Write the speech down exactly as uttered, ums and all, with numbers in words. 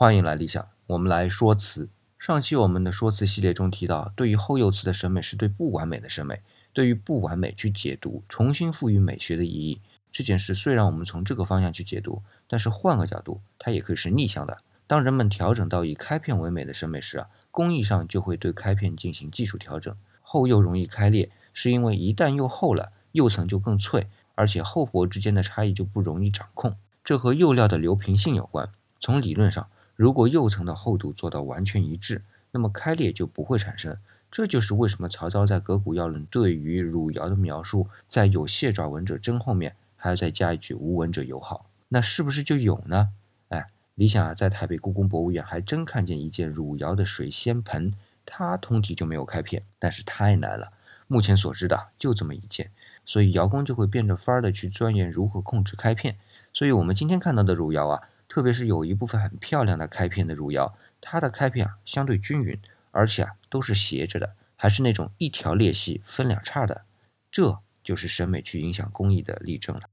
欢迎来理想，我们来说辞。上期我们的说辞系列中提到，对于后釉瓷的审美是对不完美的审美，对于不完美去解读，重新赋予美学的意义。这件事虽然我们从这个方向去解读，但是换个角度，它也可以是逆向的。当人们调整到以开片为美的审美时啊，工艺上就会对开片进行技术调整。后釉容易开裂，是因为一旦釉厚了，釉层就更脆，而且厚薄之间的差异就不容易掌控。这和釉料的流平性有关。从理论上，如果釉层的厚度做到完全一致，那么开裂就不会产生。这就是为什么曹操在《革骨要论》对于汝窑的描述，在有蟹爪纹者真后面还要再加一句无纹者友好。那是不是就有呢？哎，理想啊，在台北故宫博物院还真看见一件汝窑的水仙盆，它通体就没有开片，但是太难了，目前所知的就这么一件，所以窑工就会变着法儿的去钻研如何控制开片。所以我们今天看到的汝窑啊，特别是有一部分很漂亮的开片的汝窑，它的开片啊相对均匀，而且啊都是斜着的，还是那种一条裂隙分两叉的，这就是审美去影响工艺的例证了。